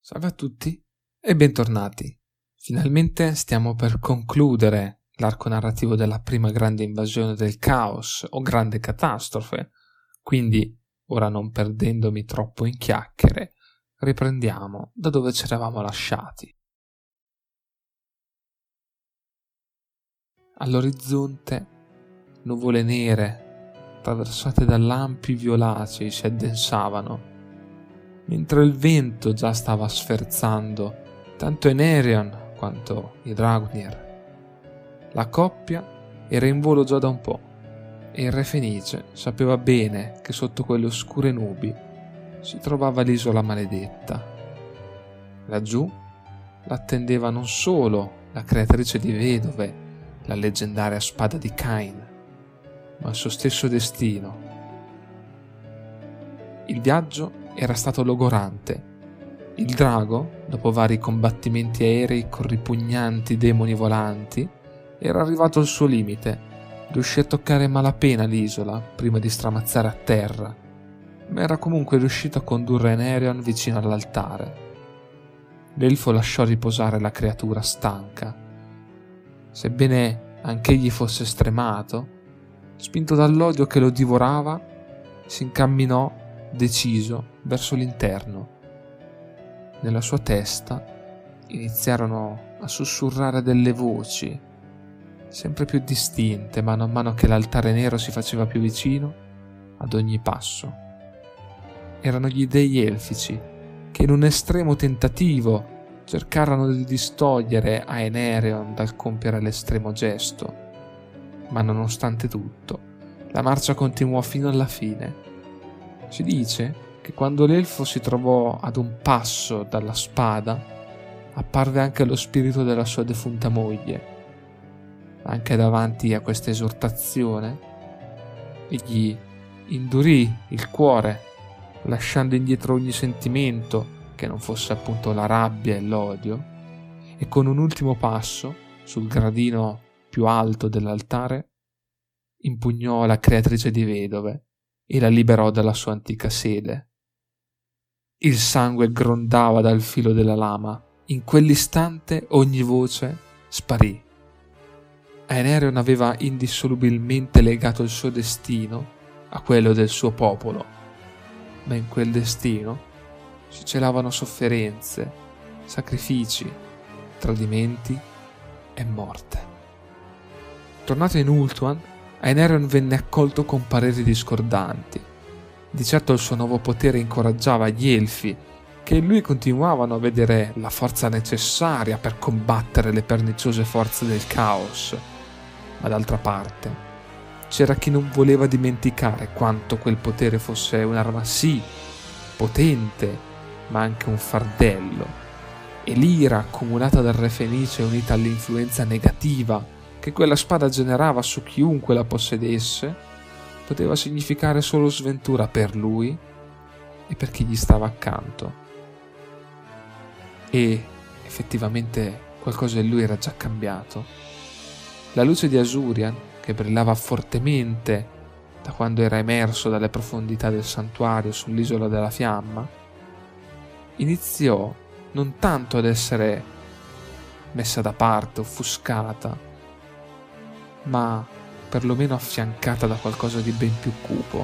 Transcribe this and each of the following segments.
Salve a tutti e bentornati. Finalmente stiamo per concludere l'arco narrativo della prima grande invasione del caos o grande catastrofe, quindi ora non perdendomi troppo in chiacchiere, riprendiamo da dove ci eravamo lasciati. All'orizzonte nuvole nere, attraversate da lampi violacei, si addensavano, mentre il vento già stava sferzando tanto Aenarion quanto i Draupnir. La coppia era in volo già da un po' e il Re Fenice sapeva bene che sotto quelle oscure nubi si trovava l'isola maledetta. Laggiù l'attendeva non solo la creatrice di vedove, la leggendaria spada di Cain, ma il suo stesso destino. Il viaggio era stato logorante. Il drago, dopo vari combattimenti aerei con ripugnanti demoni volanti, era arrivato al suo limite. Riuscì a toccare a malapena l'isola prima di stramazzare a terra, ma era comunque riuscito a condurre Aenarion vicino all'altare. L'elfo lasciò riposare la creatura stanca. Sebbene anch'egli fosse stremato, spinto dall'odio che lo divorava, si incamminò deciso verso l'interno. Nella sua testa iniziarono a sussurrare delle voci, sempre più distinte man mano che l'altare nero si faceva più vicino ad ogni passo. Erano gli dei elfici che in un estremo tentativo cercarono di distogliere Aenarion dal compiere l'estremo gesto, ma nonostante tutto la marcia continuò fino alla fine. Si dice che quando l'elfo si trovò ad un passo dalla spada, apparve anche lo spirito della sua defunta moglie. Anche davanti a questa esortazione, egli indurì il cuore, lasciando indietro ogni sentimento che non fosse appunto la rabbia e l'odio, e con un ultimo passo, sul gradino più alto dell'altare, impugnò la creatrice di vedove e la liberò dalla sua antica sede. Il sangue grondava dal filo della lama. In quell'istante ogni voce sparì. Aenarion aveva indissolubilmente legato il suo destino a quello del suo popolo, ma in quel destino si celavano sofferenze, sacrifici, tradimenti e morte. Tornato in Ulthuan, Aenarion venne accolto con pareri discordanti. Di certo il suo nuovo potere incoraggiava gli elfi, che in lui continuavano a vedere la forza necessaria per combattere le perniciose forze del caos. Ma d'altra parte, c'era chi non voleva dimenticare quanto quel potere fosse un'arma sì, potente, ma anche un fardello, e l'ira accumulata dal Re Fenice unita all'influenza negativa che quella spada generava su chiunque la possedesse, poteva significare solo sventura per lui e per chi gli stava accanto. E effettivamente qualcosa in lui era già cambiato. La luce di Azurian, che brillava fortemente da quando era emerso dalle profondità del santuario sull'isola della fiamma, iniziò non tanto ad essere messa da parte, offuscata, ma perlomeno affiancata da qualcosa di ben più cupo.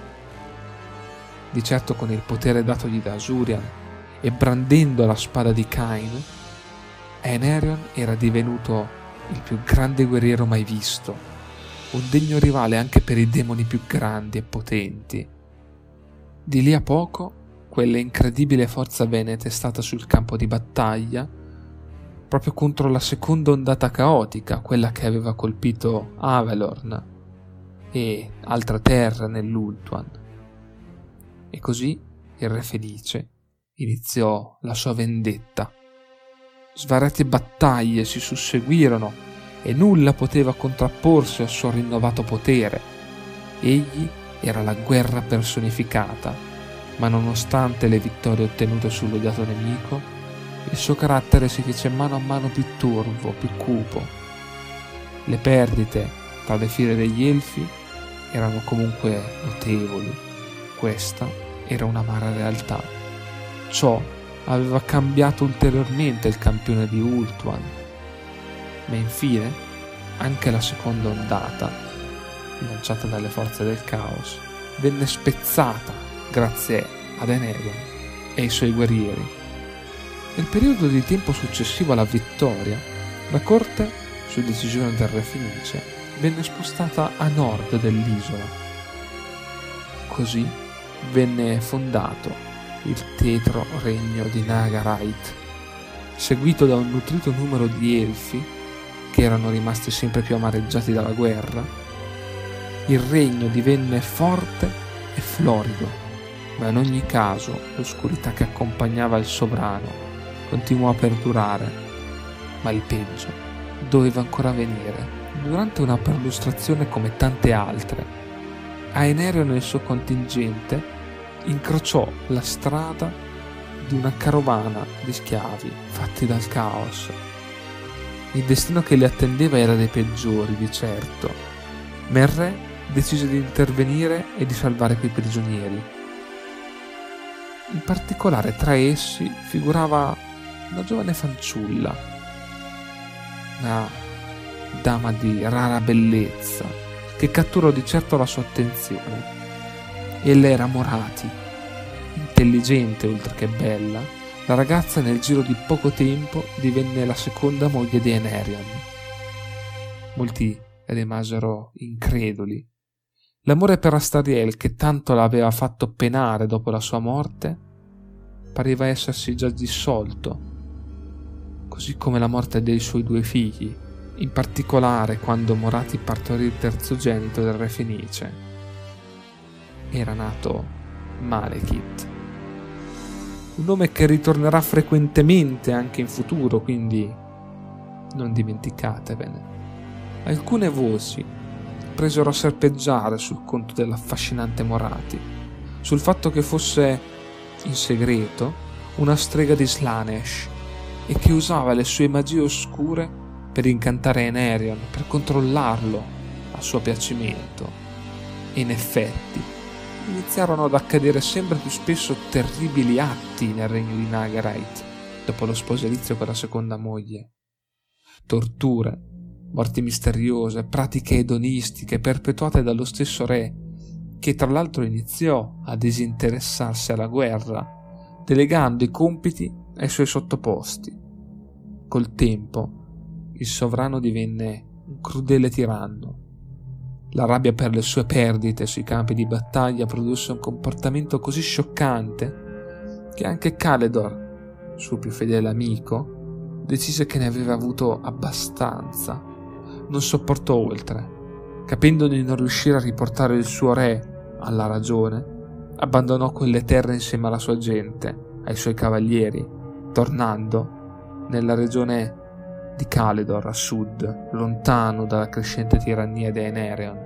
Di certo con il potere datogli da Azurian e brandendo la spada di Cain, Aenarion era divenuto il più grande guerriero mai visto, un degno rivale anche per i demoni più grandi e potenti. Di lì a poco, quella incredibile forza venete è stata sul campo di battaglia proprio contro la seconda ondata caotica, quella che aveva colpito Avelorn e altre terre nell'Ulthuan. E così il Re Fenice iniziò la sua vendetta. Svariate battaglie si susseguirono e nulla poteva contrapporsi al suo rinnovato potere. Egli era la guerra personificata, ma nonostante le vittorie ottenute sull'odiato nemico, il suo carattere si fece mano a mano più turvo, più cupo. Le perdite tra le file degli elfi erano comunque notevoli. Questa era un'amara realtà. Ciò aveva cambiato ulteriormente il campione di Ultuan, ma infine anche la seconda ondata, lanciata dalle forze del caos, venne spezzata grazie ad Enerion e ai suoi guerrieri. Nel periodo di tempo successivo alla vittoria, la corte, su decisione del re Fenice, venne spostata a nord dell'isola. Così venne fondato il tetro regno di Nagarite, seguito da un nutrito numero di elfi che erano rimasti sempre più amareggiati dalla guerra. Il regno divenne forte e florido, ma in ogni caso l'oscurità che accompagnava il sovrano continuò a perdurare, ma il peggio doveva ancora venire. Durante una perlustrazione come tante altre, Aenerion e il suo contingente incrociò la strada di una carovana di schiavi fatti dal caos. Il destino che li attendeva era dei peggiori, di certo, ma il re decise di intervenire e di salvare quei prigionieri. In particolare tra essi figurava una giovane fanciulla, una dama di rara bellezza, che catturò di certo la sua attenzione. Ella era Morati, intelligente oltre che bella. La ragazza nel giro di poco tempo divenne la seconda moglie di Aenerion. Molti rimasero increduli. L'amore per Astariel, che tanto l'aveva fatto penare dopo la sua morte, pareva essersi già dissolto, così come la morte dei suoi due figli, in particolare quando Morati partorì il terzogenito del re Fenice. Era nato Malekith, un nome che ritornerà frequentemente anche in futuro, quindi non dimenticatevene. Alcune voci presero a serpeggiare sul conto dell'affascinante Morati, sul fatto che fosse in segreto una strega di Slaanesh e che usava le sue magie oscure per incantare Aenerion, per controllarlo a suo piacimento. E in effetti iniziarono ad accadere sempre più spesso terribili atti nel regno di Nagarite dopo lo sposalizio con la seconda moglie. Torture, morti misteriose, pratiche edonistiche perpetuate dallo stesso re, che tra l'altro iniziò a disinteressarsi alla guerra, delegando i compiti ai suoi sottoposti. Col tempo il sovrano divenne un crudele tiranno. La rabbia per le sue perdite sui campi di battaglia produsse un comportamento così scioccante che anche Caledor, suo più fedele amico, decise che ne aveva avuto abbastanza. Non sopportò oltre. Capendo di non riuscire a riportare il suo re alla ragione, abbandonò quelle terre insieme alla sua gente, ai suoi cavalieri, tornando nella regione di Caledor a sud, lontano dalla crescente tirannia di Aenerion.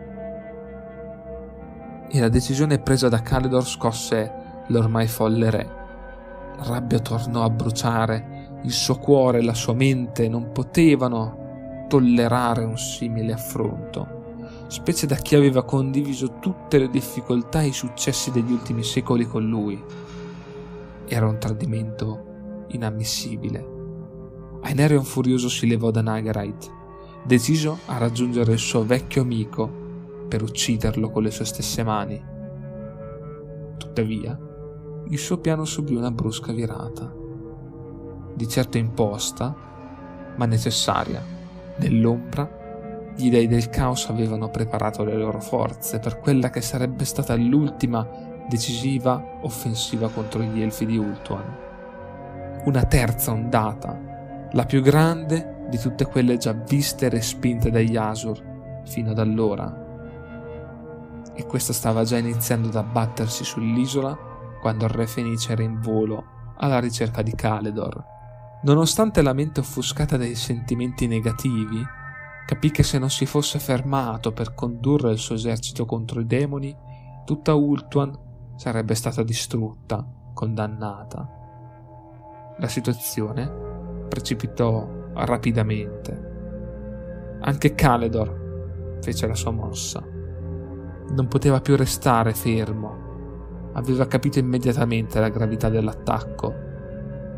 E la decisione presa da Caledor scosse l'ormai folle re. La rabbia tornò a bruciare il suo cuore e la sua mente non potevano tollerare un simile affronto, specie da chi aveva condiviso tutte le difficoltà e i successi degli ultimi secoli con lui. Era un tradimento inammissibile. Aenerion furioso si levò da Nagarite, deciso a raggiungere il suo vecchio amico per ucciderlo con le sue stesse mani. Tuttavia, il suo piano subì una brusca virata, di certo imposta, ma necessaria. Nell'ombra, gli dei del caos avevano preparato le loro forze per quella che sarebbe stata l'ultima decisiva offensiva contro gli elfi di Ultuan. Una terza ondata, la più grande di tutte quelle già viste e respinte dagli Asur fino ad allora. E questa stava già iniziando ad abbattersi sull'isola quando il re Fenice era in volo alla ricerca di Caledor. Nonostante la mente offuscata dai sentimenti negativi, capì che se non si fosse fermato per condurre il suo esercito contro i demoni, tutta Ultuan sarebbe stata distrutta, condannata. La situazione precipitò rapidamente. Anche Caledor fece la sua mossa. Non poteva più restare fermo. Aveva capito immediatamente la gravità dell'attacco.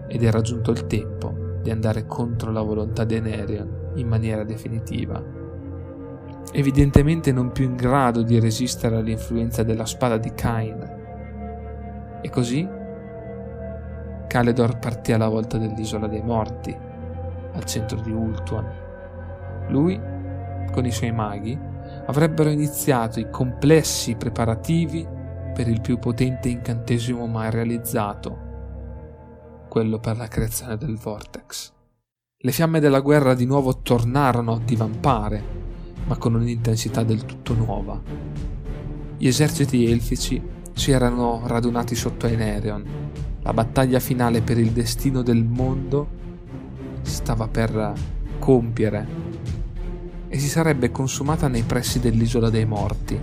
ed era giunto il tempo di andare contro la volontà di Aenarion in maniera definitiva. Evidentemente non più in grado di resistere all'influenza della spada di Kain. E così Caledor partì alla volta dell'Isola dei Morti, al centro di Ulthuan. Lui, con i suoi maghi, avrebbero iniziato i complessi preparativi per il più potente incantesimo mai realizzato, quello per la creazione del Vortex. Le fiamme della guerra di nuovo tornarono a divampare, ma con un'intensità del tutto nuova. Gli eserciti elfici si erano radunati sotto Aenarion. La battaglia finale per il destino del mondo stava per compiere e si sarebbe consumata nei pressi dell'Isola dei Morti.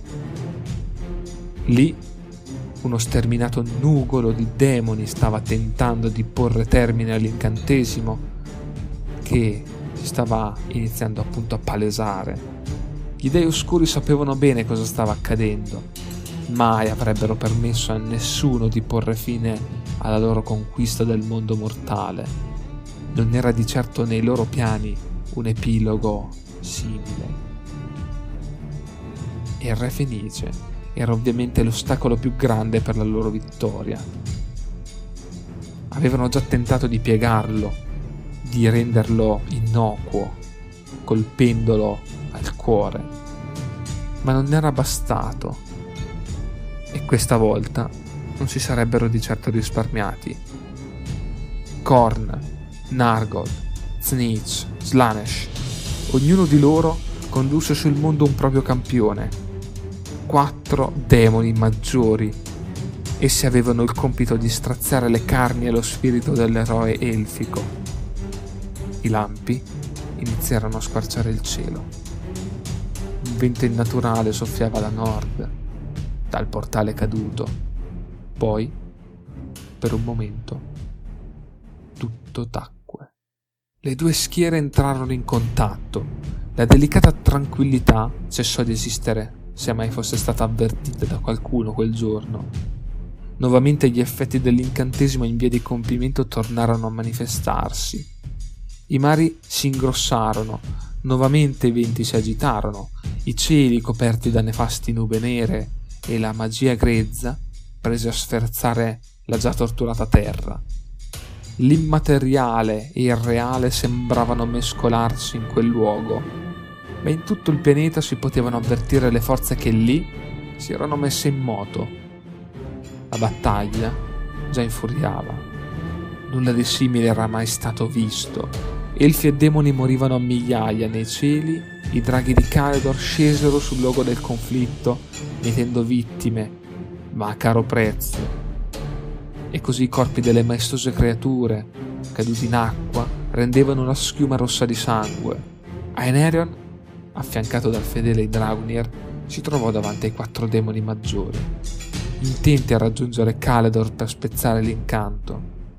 Lì uno sterminato nugolo di demoni stava tentando di porre termine all'incantesimo che si stava iniziando appunto a palesare. Gli dei oscuri sapevano bene cosa stava accadendo. Mai avrebbero permesso a nessuno di porre fine alla loro conquista del mondo mortale. Non era di certo nei loro piani un epilogo simile. E il re Fenice era ovviamente l'ostacolo più grande per la loro vittoria. Avevano già tentato di piegarlo, di renderlo innocuo, colpendolo al cuore, ma non era bastato. E questa volta non si sarebbero di certo risparmiati. Khorne, Nargothrond, Tzeentch, Slaanesh, ognuno di loro condusse sul mondo un proprio campione. 4 demoni maggiori. Essi avevano il compito di straziare le carni e lo spirito dell'eroe elfico. I lampi iniziarono a squarciare il cielo. Un vento innaturale soffiava da nord, dal portale caduto. Poi, per un momento, tutto tacque. Le 2 schiere entrarono in contatto. La delicata tranquillità cessò di esistere, se mai fosse stata avvertita da qualcuno quel giorno. Nuovamente gli effetti dell'incantesimo in via di compimento tornarono a manifestarsi. I mari si ingrossarono, nuovamente i venti si agitarono, i cieli coperti da nefasti nube nere e la magia grezza prese a sferzare la già torturata terra. L'immateriale e il reale sembravano mescolarsi in quel luogo, ma in tutto il pianeta si potevano avvertire le forze che lì si erano messe in moto. La battaglia già infuriava. Nulla di simile era mai stato visto. Elfi e demoni morivano a migliaia nei cieli, i draghi di Caledor scesero sul luogo del conflitto, mietendo vittime, ma a caro prezzo. E così i corpi delle maestose creature, caduti in acqua, rendevano una schiuma rossa di sangue. Aenarion, affiancato dal fedele Dragonir, si trovò davanti ai 4 demoni maggiori, intenti a raggiungere Caledor per spezzare l'incanto.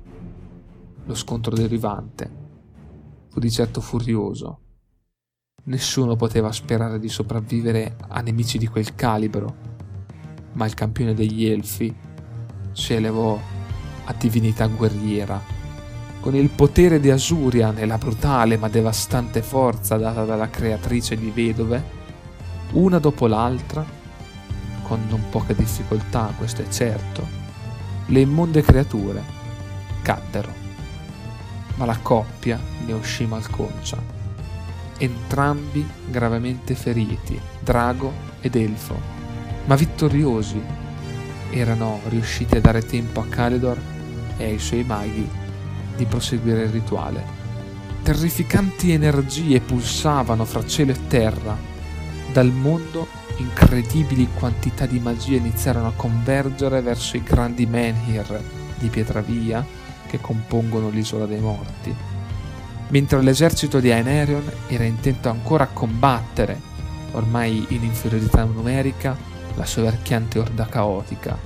Lo scontro derivante fu di certo furioso. Nessuno poteva sperare di sopravvivere a nemici di quel calibro, ma il campione degli Elfi si elevò a divinità guerriera. Con il potere di Asurian e la brutale ma devastante forza data dalla creatrice di vedove, una dopo l'altra, con non poca difficoltà, questo è certo, le immonde creature caddero. Ma la coppia ne uscì malconcia. Entrambi gravemente feriti, drago ed elfo, ma vittoriosi, erano riusciti a dare tempo a Caledor e ai suoi maghi di proseguire il rituale. Terrificanti energie pulsavano fra cielo e terra. Dal mondo incredibili quantità di magia iniziarono a convergere verso i grandi menhir di Pietravia che compongono l'Isola dei Morti, mentre l'esercito di Aenarion era intento ancora a combattere, ormai in inferiorità numerica, la soverchiante orda caotica.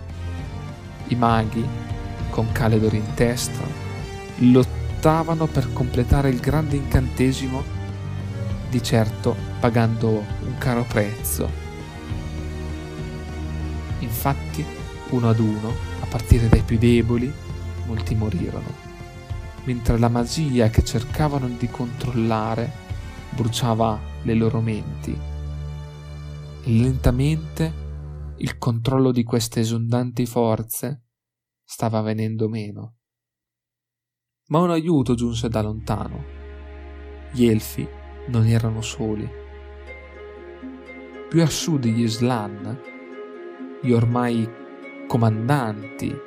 I maghi, con Caledor in testa, lottavano per completare il grande incantesimo, di certo pagando un caro prezzo. Infatti, uno ad uno, a partire dai più deboli, molti morirono, mentre la magia che cercavano di controllare bruciava le loro menti. E lentamente il controllo di queste esondanti forze stava venendo meno. Ma un aiuto giunse da lontano. Gli elfi non erano soli. Più a sud gli Slann, gli ormai comandanti,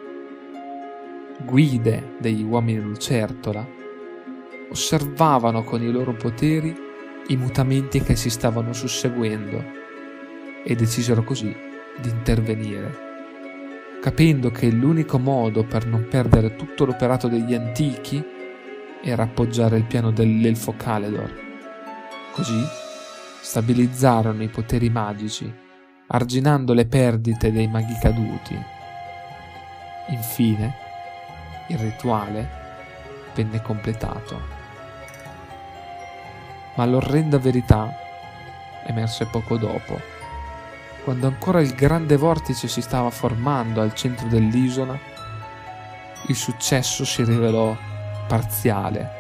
guide degli uomini lucertola, osservavano con i loro poteri i mutamenti che si stavano susseguendo e decisero così di intervenire, capendo che l'unico modo per non perdere tutto l'operato degli antichi era appoggiare il piano dell'elfo Caledor. Così stabilizzarono i poteri magici, arginando le perdite dei maghi caduti. Infine, il rituale venne completato. Ma l'orrenda verità emerse poco dopo, quando ancora il grande vortice si stava formando al centro dell'isola. Il successo si rivelò parziale.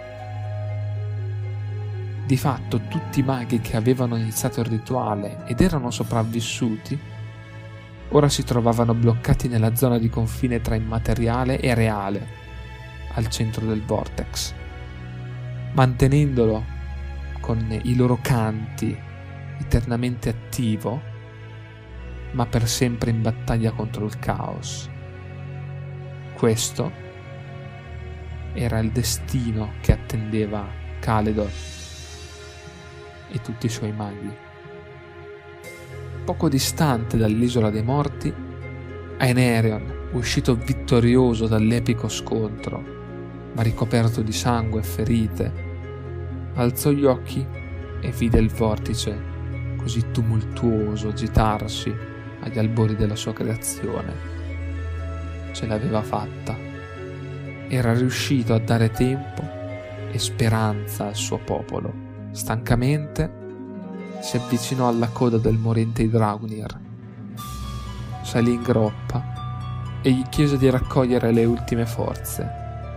Di fatto tutti i maghi che avevano iniziato il rituale ed erano sopravvissuti ora si trovavano bloccati nella zona di confine tra immateriale e reale, al centro del vortex, mantenendolo con i loro canti eternamente attivo, ma per sempre in battaglia contro il caos. Questo era il destino che attendeva Caledor e tutti i suoi maghi. Poco distante dall'isola dei morti, Aenarion, uscito vittorioso dall'epico scontro, ma ricoperto di sangue e ferite, alzò gli occhi e vide il vortice così tumultuoso agitarsi agli albori della sua creazione. Ce l'aveva fatta. Era riuscito a dare tempo e speranza al suo popolo. Stancamente si avvicinò alla coda del morente Dragonir, salì in groppa e gli chiese di raccogliere le ultime forze.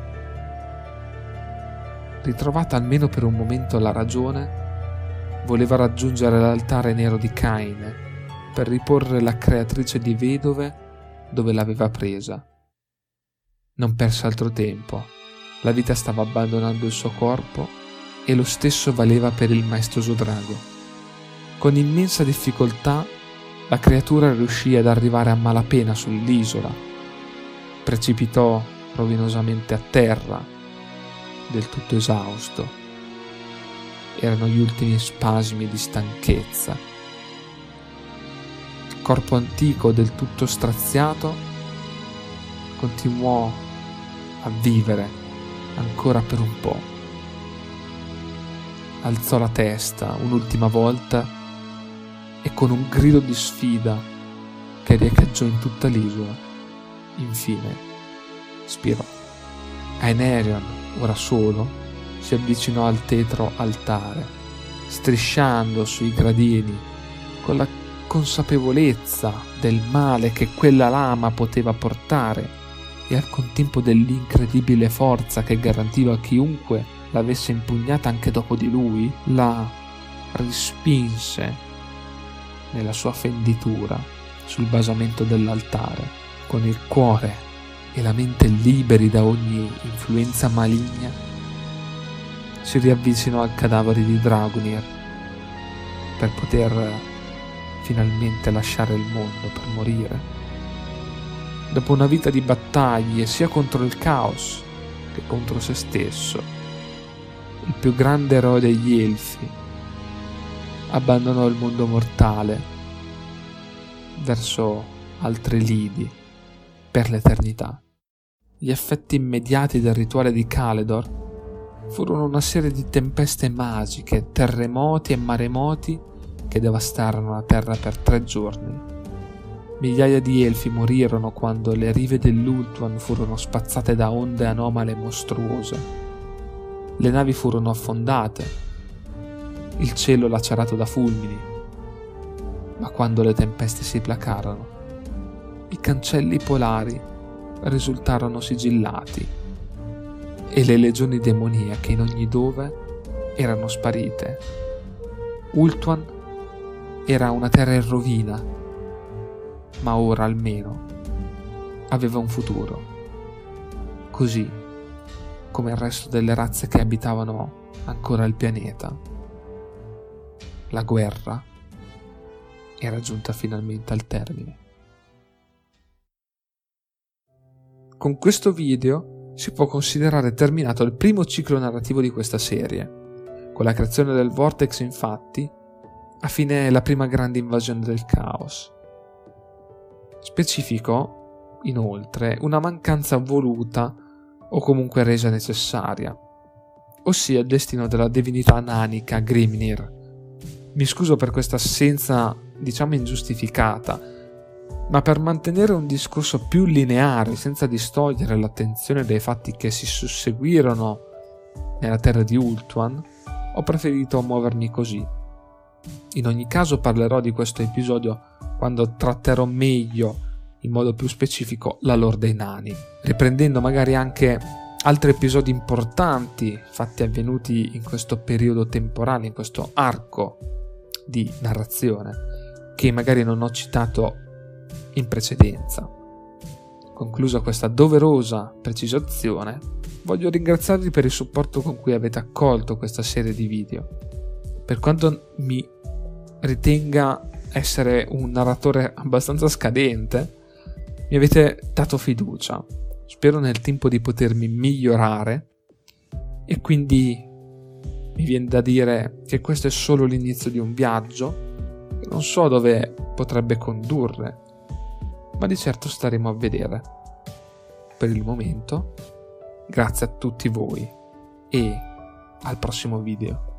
Ritrovata almeno per un momento la ragione, voleva raggiungere l'altare nero di Caine per riporre la creatrice di vedove dove l'aveva presa. Non perse altro tempo, la vita stava abbandonando il suo corpo e lo stesso valeva per il maestoso drago. Con immensa difficoltà la creatura riuscì ad arrivare a malapena sull'isola, precipitò rovinosamente a terra, del tutto esausto. Erano gli ultimi spasimi di stanchezza. Il corpo antico, del tutto straziato, continuò a vivere ancora per un po'. Alzò la testa un'ultima volta e con un grido di sfida che riecheggiò in tutta l'isola, infine spirò. Aenarion, ora solo, si avvicinò al tetro altare, strisciando sui gradini con la consapevolezza del male che quella lama poteva portare e al contempo dell'incredibile forza che garantiva a chiunque l'avesse impugnata anche dopo di lui, la rispinse nella sua fenditura sul basamento dell'altare. Con il cuore e la mente liberi da ogni influenza maligna, si riavvicinò al cadavere di Dragonir per poter finalmente lasciare il mondo per morire. Dopo una vita di battaglie sia contro il caos che contro se stesso, il più grande eroe degli Elfi abbandonò il mondo mortale verso altri lidi per l'eternità. Gli effetti immediati del rituale di Caledor furono una serie di tempeste magiche, terremoti e maremoti che devastarono la terra per 3 giorni. Migliaia di elfi morirono quando le rive dell'Ultuan furono spazzate da onde anomale mostruose. Le navi furono affondate, il cielo lacerato da fulmini, ma quando le tempeste si placarono, i cancelli polari risultarono sigillati e le legioni demoniache in ogni dove erano sparite. Ultuan era una terra in rovina, ma ora almeno aveva un futuro, così come il resto delle razze che abitavano ancora il pianeta. La guerra era giunta finalmente al termine. Con questo video si può considerare terminato il primo ciclo narrativo di questa serie. Con la creazione del Vortex, infatti, ha fine la prima grande invasione del caos. Specifico, inoltre, una mancanza voluta o comunque resa necessaria, ossia il destino della divinità nanica Grimnir. Mi scuso per questa assenza, diciamo, ingiustificata, ma per mantenere un discorso più lineare senza distogliere l'attenzione dai fatti che si susseguirono nella terra di Ultuan, ho preferito muovermi così. In ogni caso parlerò di questo episodio quando tratterò meglio, in modo più specifico, la lore dei nani, riprendendo magari anche altri episodi importanti fatti avvenuti in questo periodo temporale, in questo arco di narrazione, che magari non ho citato in precedenza. Conclusa questa doverosa precisazione, voglio ringraziarvi per il supporto con cui avete accolto questa serie di video. Per quanto mi ritenga essere un narratore abbastanza scadente, mi avete dato fiducia. Spero nel tempo di potermi migliorare e quindi mi viene da dire che questo è solo l'inizio di un viaggio che non so dove potrebbe condurre, ma di certo staremo a vedere. Per il momento, grazie a tutti voi e al prossimo video.